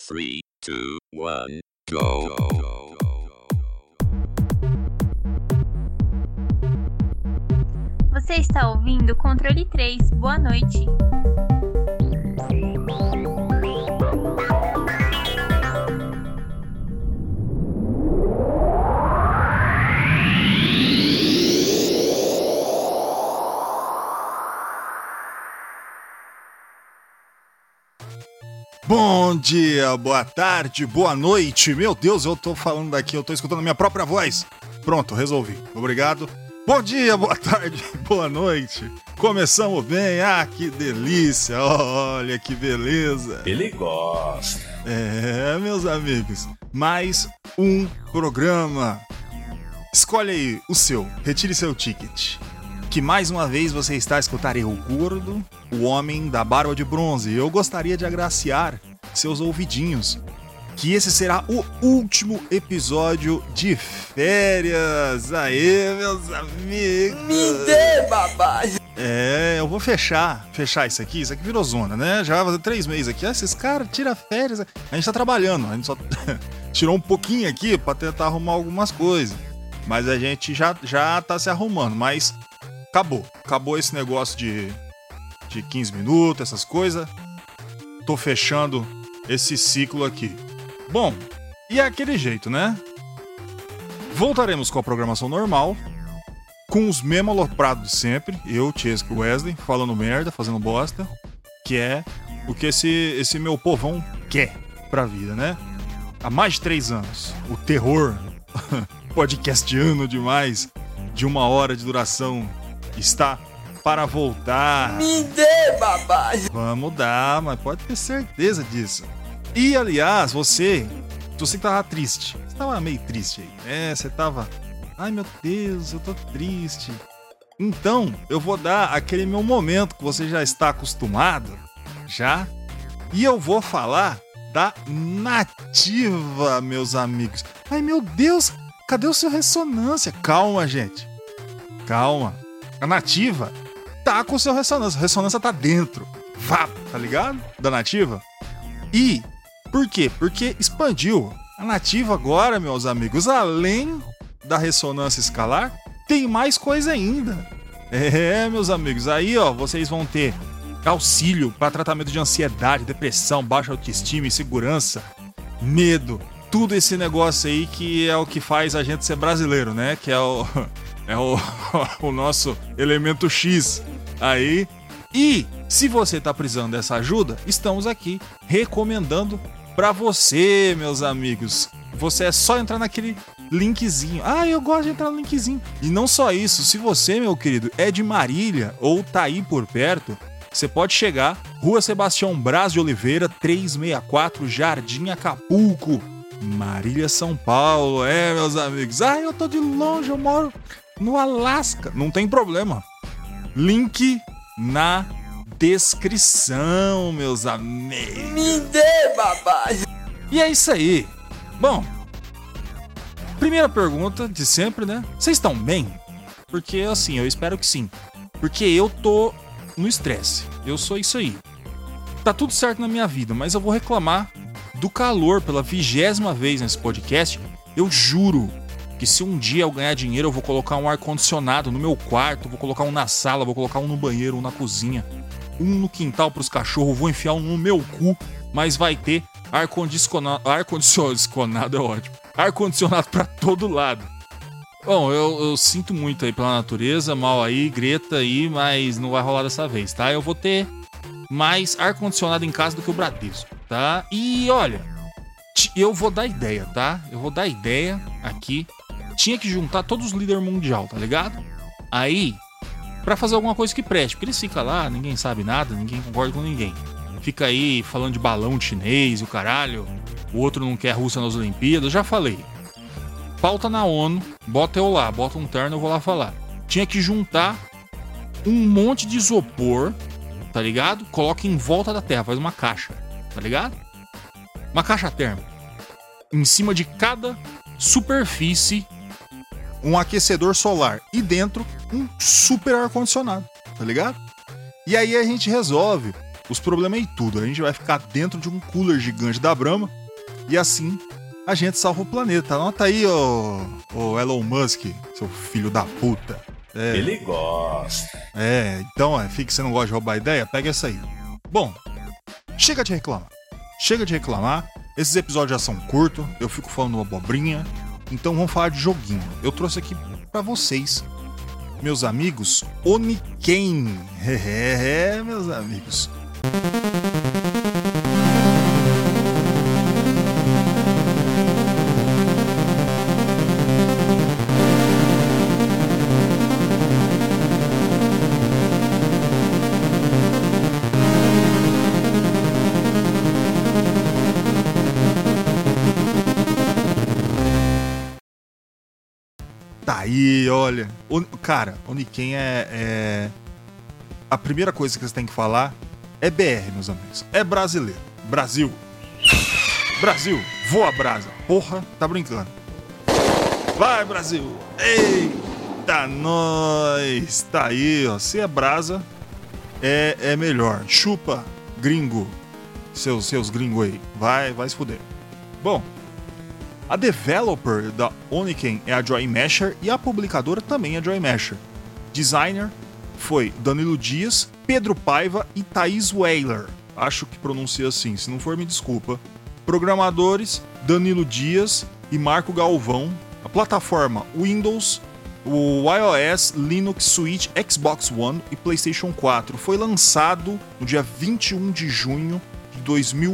3, 2, 1, go. Você está ouvindo Controle 3. Boa noite. Bom dia, boa tarde, boa noite. Meu Deus, eu tô falando daqui, eu tô escutando a minha própria voz. Pronto, resolvi. Obrigado. Bom dia, boa tarde, boa noite. Começamos bem, que delícia, olha que beleza. Ele gosta. Meus amigos, mais um programa. Escolhe aí o seu, retire seu ticket. Que mais uma vez você está a escutar eu, gordo, o homem da barba de bronze. Eu gostaria de agraciar seus ouvidinhos, que esse será o último episódio de férias. Aê, meus amigos. Me dê, babagem. Eu vou fechar isso aqui virou zona, né? Já vai fazer 3 meses aqui. Esses caras tiram férias. A gente tá trabalhando, a gente só tirou um pouquinho aqui pra tentar arrumar algumas coisas. Mas a gente já tá se arrumando, mas acabou esse negócio de 15 minutos, essas coisas. Tô fechando esse ciclo aqui. Bom, e é aquele jeito, né? Voltaremos com a programação normal, com os mesmos aloprados de sempre, eu, Chesky e Wesley, falando merda, fazendo bosta, que é o que esse meu povão quer pra vida, né? Há mais de 3 anos, o terror podcastiano demais, de 1 hora de duração, está para voltar. Me dê, babagem. Vamos dar, mas pode ter certeza disso. E, aliás, você que tava triste. Você tava meio triste aí, né? Você tava... Ai, meu Deus, eu tô triste. Então, eu vou dar aquele meu momento que você já está acostumado, já. E eu vou falar da Nativa, meus amigos. Ai, meu Deus, cadê o seu Ressonância? Calma, gente. Calma. A Nativa tá com o seu Ressonância. A Ressonância tá dentro. Vá, tá ligado? Da Nativa. E por quê? Porque expandiu. A Nativa agora, meus amigos, além da ressonância escalar, tem mais coisa ainda. Meus amigos, aí ó, vocês vão ter auxílio para tratamento de ansiedade, depressão, baixa autoestima, insegurança, medo, tudo esse negócio aí que é o que faz a gente ser brasileiro, né? Que é o nosso elemento X aí. E se você tá precisando dessa ajuda, estamos aqui recomendando pra você, meus amigos. Você é só entrar naquele linkzinho. Eu gosto de entrar no linkzinho. E não só isso, se você, meu querido, é de Marília ou tá aí por perto, você pode chegar, Rua Sebastião Braz de Oliveira, 364, Jardim Acapulco, Marília, São Paulo. Meus amigos. Eu tô de longe, eu moro no Alasca. Não tem problema. Link na descrição, meus amigos. Me dê, babagem. E é isso aí. Bom, primeira pergunta de sempre, né? Vocês estão bem? Porque, assim, eu espero que sim. Porque eu tô no estresse. Eu sou isso aí. Tá tudo certo na minha vida, mas eu vou reclamar do calor pela 20ª vez nesse podcast. Eu juro que se um dia eu ganhar dinheiro, eu vou colocar um ar-condicionado no meu quarto, vou colocar um na sala, vou colocar um no banheiro, um na cozinha, um no quintal pros cachorros, vou enfiar um no meu cu, mas vai ter ar-condicionado é ótimo. Ar-condicionado pra todo lado. Bom, eu sinto muito aí pela natureza, mal aí, Greta aí, mas não vai rolar dessa vez, tá? Eu vou ter mais ar-condicionado em casa do que o Bradesco, tá? E olha, eu vou dar ideia, tá? Eu vou dar ideia aqui. Tinha que juntar todos os líderes mundial, tá ligado? Aí, pra fazer alguma coisa que preste. Porque eles ficam lá, ninguém sabe nada, ninguém concorda com ninguém. Fica aí falando de balão chinês e o caralho. O outro não quer a Rússia nas Olimpíadas. Já falei. Pauta na ONU, bota eu lá, bota um terno, eu vou lá falar. Tinha que juntar um monte de isopor, tá ligado? Coloca em volta da Terra, faz uma caixa, tá ligado? Uma caixa térmica. Em cima de cada superfície, um aquecedor solar. E dentro, um super ar-condicionado, tá ligado? E aí a gente resolve os problemas e tudo. A gente vai ficar dentro de um cooler gigante da Brahma e assim a gente salva o planeta. Anota aí, ô Elon Musk, seu filho da puta. Ele gosta. Então, fica que você não gosta de roubar ideia, pega essa aí. Bom, chega de reclamar. Chega de reclamar. Esses episódios já são curtos, eu fico falando uma abobrinha. Então vamos falar de joguinho. Eu trouxe aqui pra vocês, meus amigos, Oniken. Meus amigos. Tá aí, olha. Cara, Oniken é... A primeira coisa que você tem que falar é BR, meus amigos. É brasileiro. Brasil. Brasil. Voa brasa. Porra, tá brincando. Vai, Brasil. Eita, nós. Tá aí, ó. Se é brasa, é melhor. Chupa, gringo. Seus gringos aí. Vai se fuder. Bom, a developer da Oniken é a Joy Masher e a publicadora também é a Joy Masher. Designer foi Danilo Dias, Pedro Paiva e Thaís Weiler. Acho que pronuncia assim, se não for me desculpa. Programadores, Danilo Dias e Marco Galvão. A plataforma Windows, o iOS, Linux, Switch, Xbox One e PlayStation 4. Foi lançado no dia 21 de junho de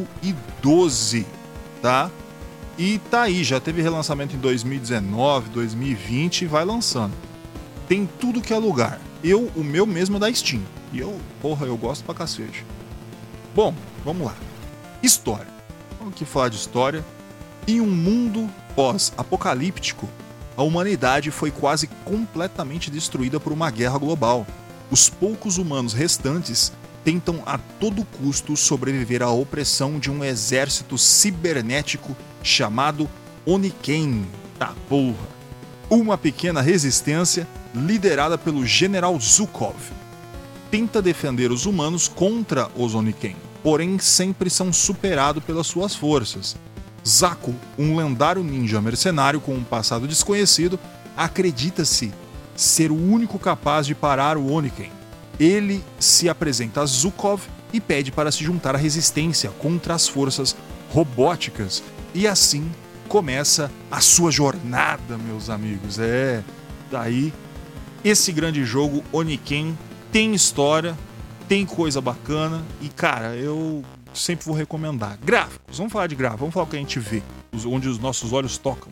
2012, tá? E tá aí, já teve relançamento em 2019, 2020 e vai lançando. Tem tudo que é lugar. O meu mesmo é da Steam. E eu gosto pra cacete. Bom, vamos lá. História. Vamos aqui falar de história. Em um mundo pós-apocalíptico, a humanidade foi quase completamente destruída por uma guerra global. Os poucos humanos restantes tentam a todo custo sobreviver à opressão de um exército cibernético chamado Oniken. Tá porra. Uma pequena resistência, liderada pelo General Zhukov, tenta defender os humanos contra os Oniken, porém sempre são superados pelas suas forças. Zaku, um lendário ninja mercenário com um passado desconhecido, acredita-se ser o único capaz de parar o Oniken. Ele se apresenta a Zhukov e pede para se juntar à resistência contra as forças robóticas. E assim começa a sua jornada, meus amigos. Daí, esse grande jogo, Oniken, tem história, tem coisa bacana e, cara, eu sempre vou recomendar. Gráficos, vamos falar de gráficos, vamos falar o que a gente vê, onde os nossos olhos tocam.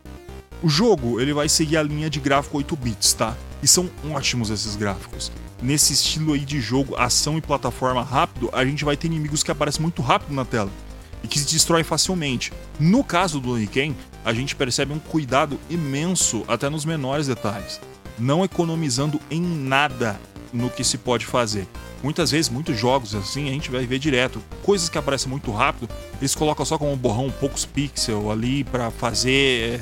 O jogo, ele vai seguir a linha de gráfico 8 bits, tá? E são ótimos esses gráficos. Nesse estilo aí de jogo, ação e plataforma rápido, a gente vai ter inimigos que aparecem muito rápido na tela e que se destroem facilmente. No caso do Oniken, a gente percebe um cuidado imenso até nos menores detalhes, não economizando em nada no que se pode fazer. Muitas vezes, muitos jogos assim, a gente vai ver direto, coisas que aparecem muito rápido, eles colocam só como um borrão, poucos pixels ali para fazer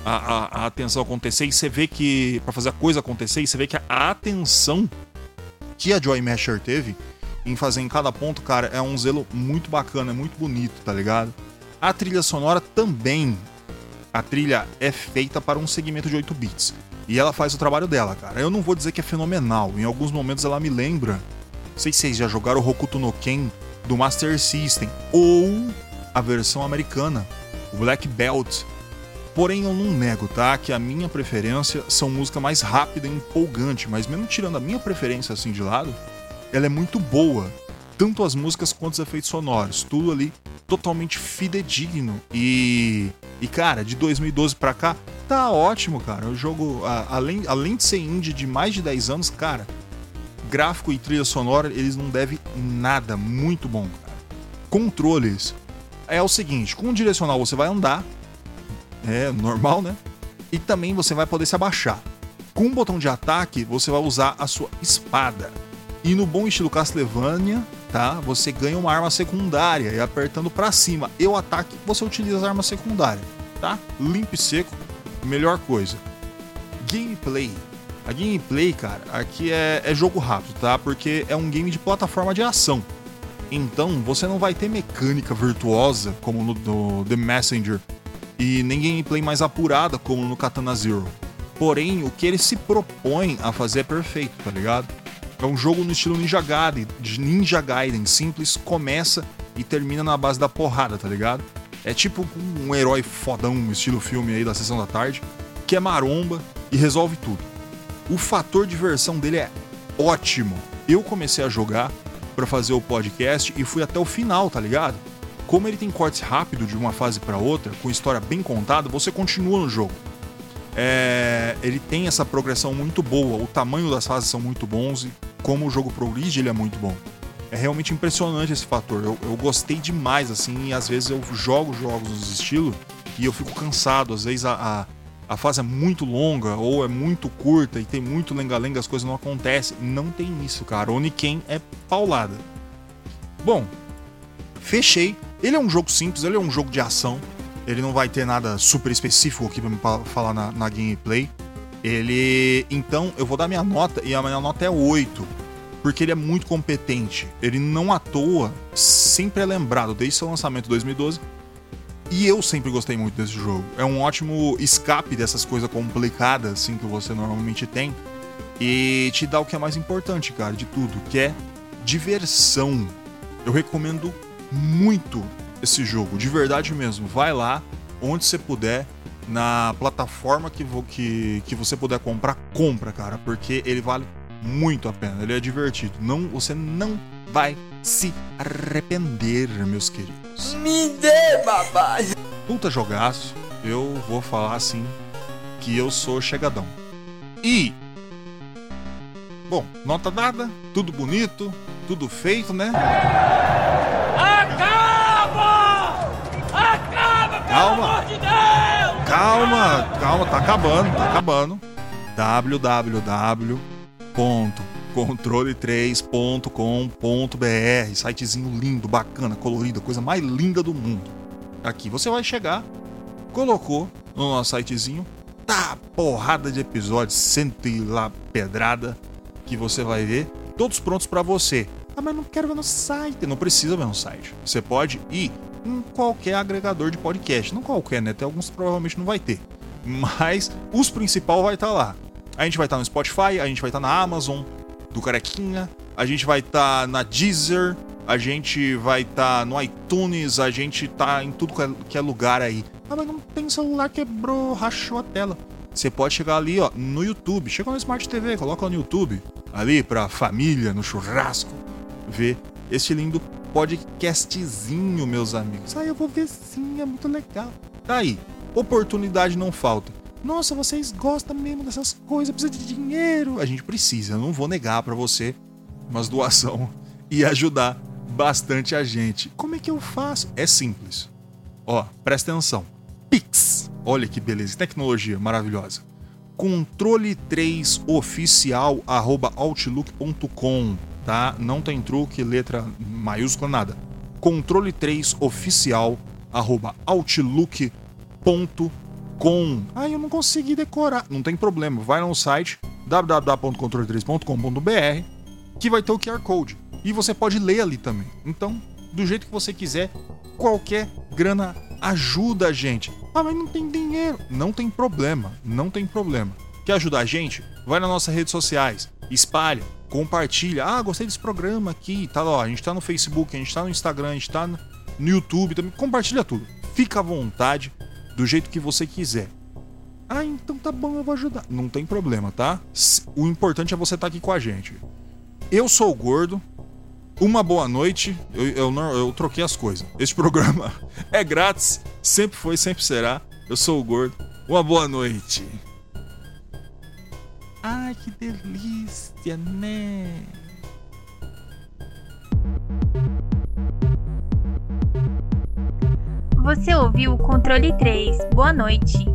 a atenção acontecer, e você vê que, para fazer a coisa acontecer, e você vê que a atenção que a Joy Masher teve em fazer em cada ponto, cara, é um zelo muito bacana, é muito bonito, tá ligado? A trilha sonora também. A trilha é feita para um segmento de 8 bits. E ela faz o trabalho dela, cara. Eu não vou dizer que é fenomenal. Em alguns momentos ela me lembra... Não sei se vocês já jogaram o Hokuto no Ken do Master System. Ou a versão americana, o Black Belt. Porém, eu não nego, tá? Que a minha preferência são música mais rápida e empolgante. Mas mesmo tirando a minha preferência assim de lado, ela é muito boa. Tanto as músicas quanto os efeitos sonoros. Tudo ali totalmente fidedigno. E cara, de 2012 pra cá, tá ótimo, cara. O jogo, além de ser indie de mais de 10 anos, cara, gráfico e trilha sonora, eles não devem nada. Muito bom, cara. Controles. É o seguinte, com o direcional você vai andar. É normal, né? E também você vai poder se abaixar. Com o botão de ataque, você vai usar a sua espada. E no bom estilo Castlevania, tá? Você ganha uma arma secundária e apertando pra cima e o ataque, você utiliza a arma secundária, tá? Limpo e seco, melhor coisa. Gameplay. A gameplay, cara, aqui é jogo rápido, tá? Porque é um game de plataforma de ação. Então, você não vai ter mecânica virtuosa como no The Messenger e nem gameplay mais apurada como no Katana Zero. Porém, o que ele se propõe a fazer é perfeito, tá ligado? É um jogo no estilo Ninja Gaiden, simples, começa e termina na base da porrada, tá ligado? É tipo um herói fodão, estilo filme aí da Sessão da Tarde, que é maromba e resolve tudo. O fator de diversão dele é ótimo. Eu comecei a jogar pra fazer o podcast e fui até o final, tá ligado? Como ele tem cortes rápidos de uma fase pra outra, com história bem contada, você continua no jogo. Ele tem essa progressão muito boa, o tamanho das fases são muito bons e como o jogo progride, ele é muito bom. É realmente impressionante esse fator. Eu gostei demais, assim, e às vezes eu jogo jogos nos estilos e eu fico cansado. Às vezes a fase é muito longa ou é muito curta e tem muito lenga-lenga, as coisas não acontecem. Não tem isso, cara. Oniken é paulada. Bom, fechei. Ele é um jogo simples, ele é um jogo de ação. Ele não vai ter nada super específico aqui pra me falar na gameplay. Então, eu vou dar minha nota, e a minha nota é 8. Porque ele é muito competente. Ele não à toa sempre é lembrado desde seu lançamento em 2012. E eu sempre gostei muito desse jogo. É um ótimo escape dessas coisas complicadas assim que você normalmente tem. E te dá o que é mais importante, cara, de tudo, que é diversão. Eu recomendo muito esse jogo, de verdade mesmo. Vai lá, onde você puder, na plataforma que você puder comprar, compra, cara, porque ele vale muito a pena, ele é divertido. Você não vai se arrepender, meus queridos. Me dê, papai. Puta jogaço, eu vou falar assim que eu sou chegadão. E bom, nota dada, tudo bonito, tudo feito, né? Calma, tá acabando. www.controle3.com.br, sitezinho lindo, bacana, colorido, coisa mais linda do mundo. Aqui você vai chegar, colocou no nosso sitezinho, tá porrada de episódios, senta e lá pedrada, que você vai ver, todos prontos pra você. Ah, mas não quero ver no site. Não precisa ver no site. Você pode ir em qualquer agregador de podcast. Não qualquer, né? Tem alguns que provavelmente não vai ter. Mas os principais vai estar lá. A gente vai estar no Spotify, a gente vai estar na Amazon, do Carequinha, a gente vai estar na Deezer, a gente vai estar no iTunes, a gente tá em tudo que é lugar aí. Ah, mas não tem celular, quebrou, rachou a tela. Você pode chegar ali, ó, no YouTube. Chega no Smart TV, coloca no YouTube. Ali pra família, no churrasco, ver este lindo podcastzinho, meus amigos. Ah, eu vou ver sim, é muito legal. Tá aí, oportunidade não falta. Nossa, vocês gostam mesmo dessas coisas, precisa de dinheiro. A gente precisa, eu não vou negar pra você umas doação e ajudar bastante a gente. Como é que eu faço? É simples. Ó, presta atenção. Pix. Olha que beleza, tecnologia maravilhosa. controle3oficial@outlook.com, tá? Não tem truque, letra maiúscula, nada. controle3oficial@outlook.com. Ah, eu não consegui decorar. Não tem problema, vai no site www.controle3.com.br que vai ter o QR Code. E você pode ler ali também. Então, do jeito que você quiser, qualquer grana ajuda a gente. Ah, mas não tem dinheiro. Não tem problema, não tem problema. Quer ajudar a gente? Vai nas nossas redes sociais, espalha, compartilha. Ah, gostei desse programa aqui, tá lá, a gente tá no Facebook, a gente tá no Instagram, a gente tá no YouTube também. Compartilha tudo. Fica à vontade, do jeito que você quiser. Ah, então tá bom, eu vou ajudar. Não tem problema, tá? O importante é você estar aqui com a gente. Eu sou o Gordo. Uma boa noite. Eu troquei as coisas. Este programa é grátis, sempre foi, sempre será. Eu sou o Gordo. Uma boa noite. Ai, que delícia, né? Você ouviu o Controle 3. Boa noite.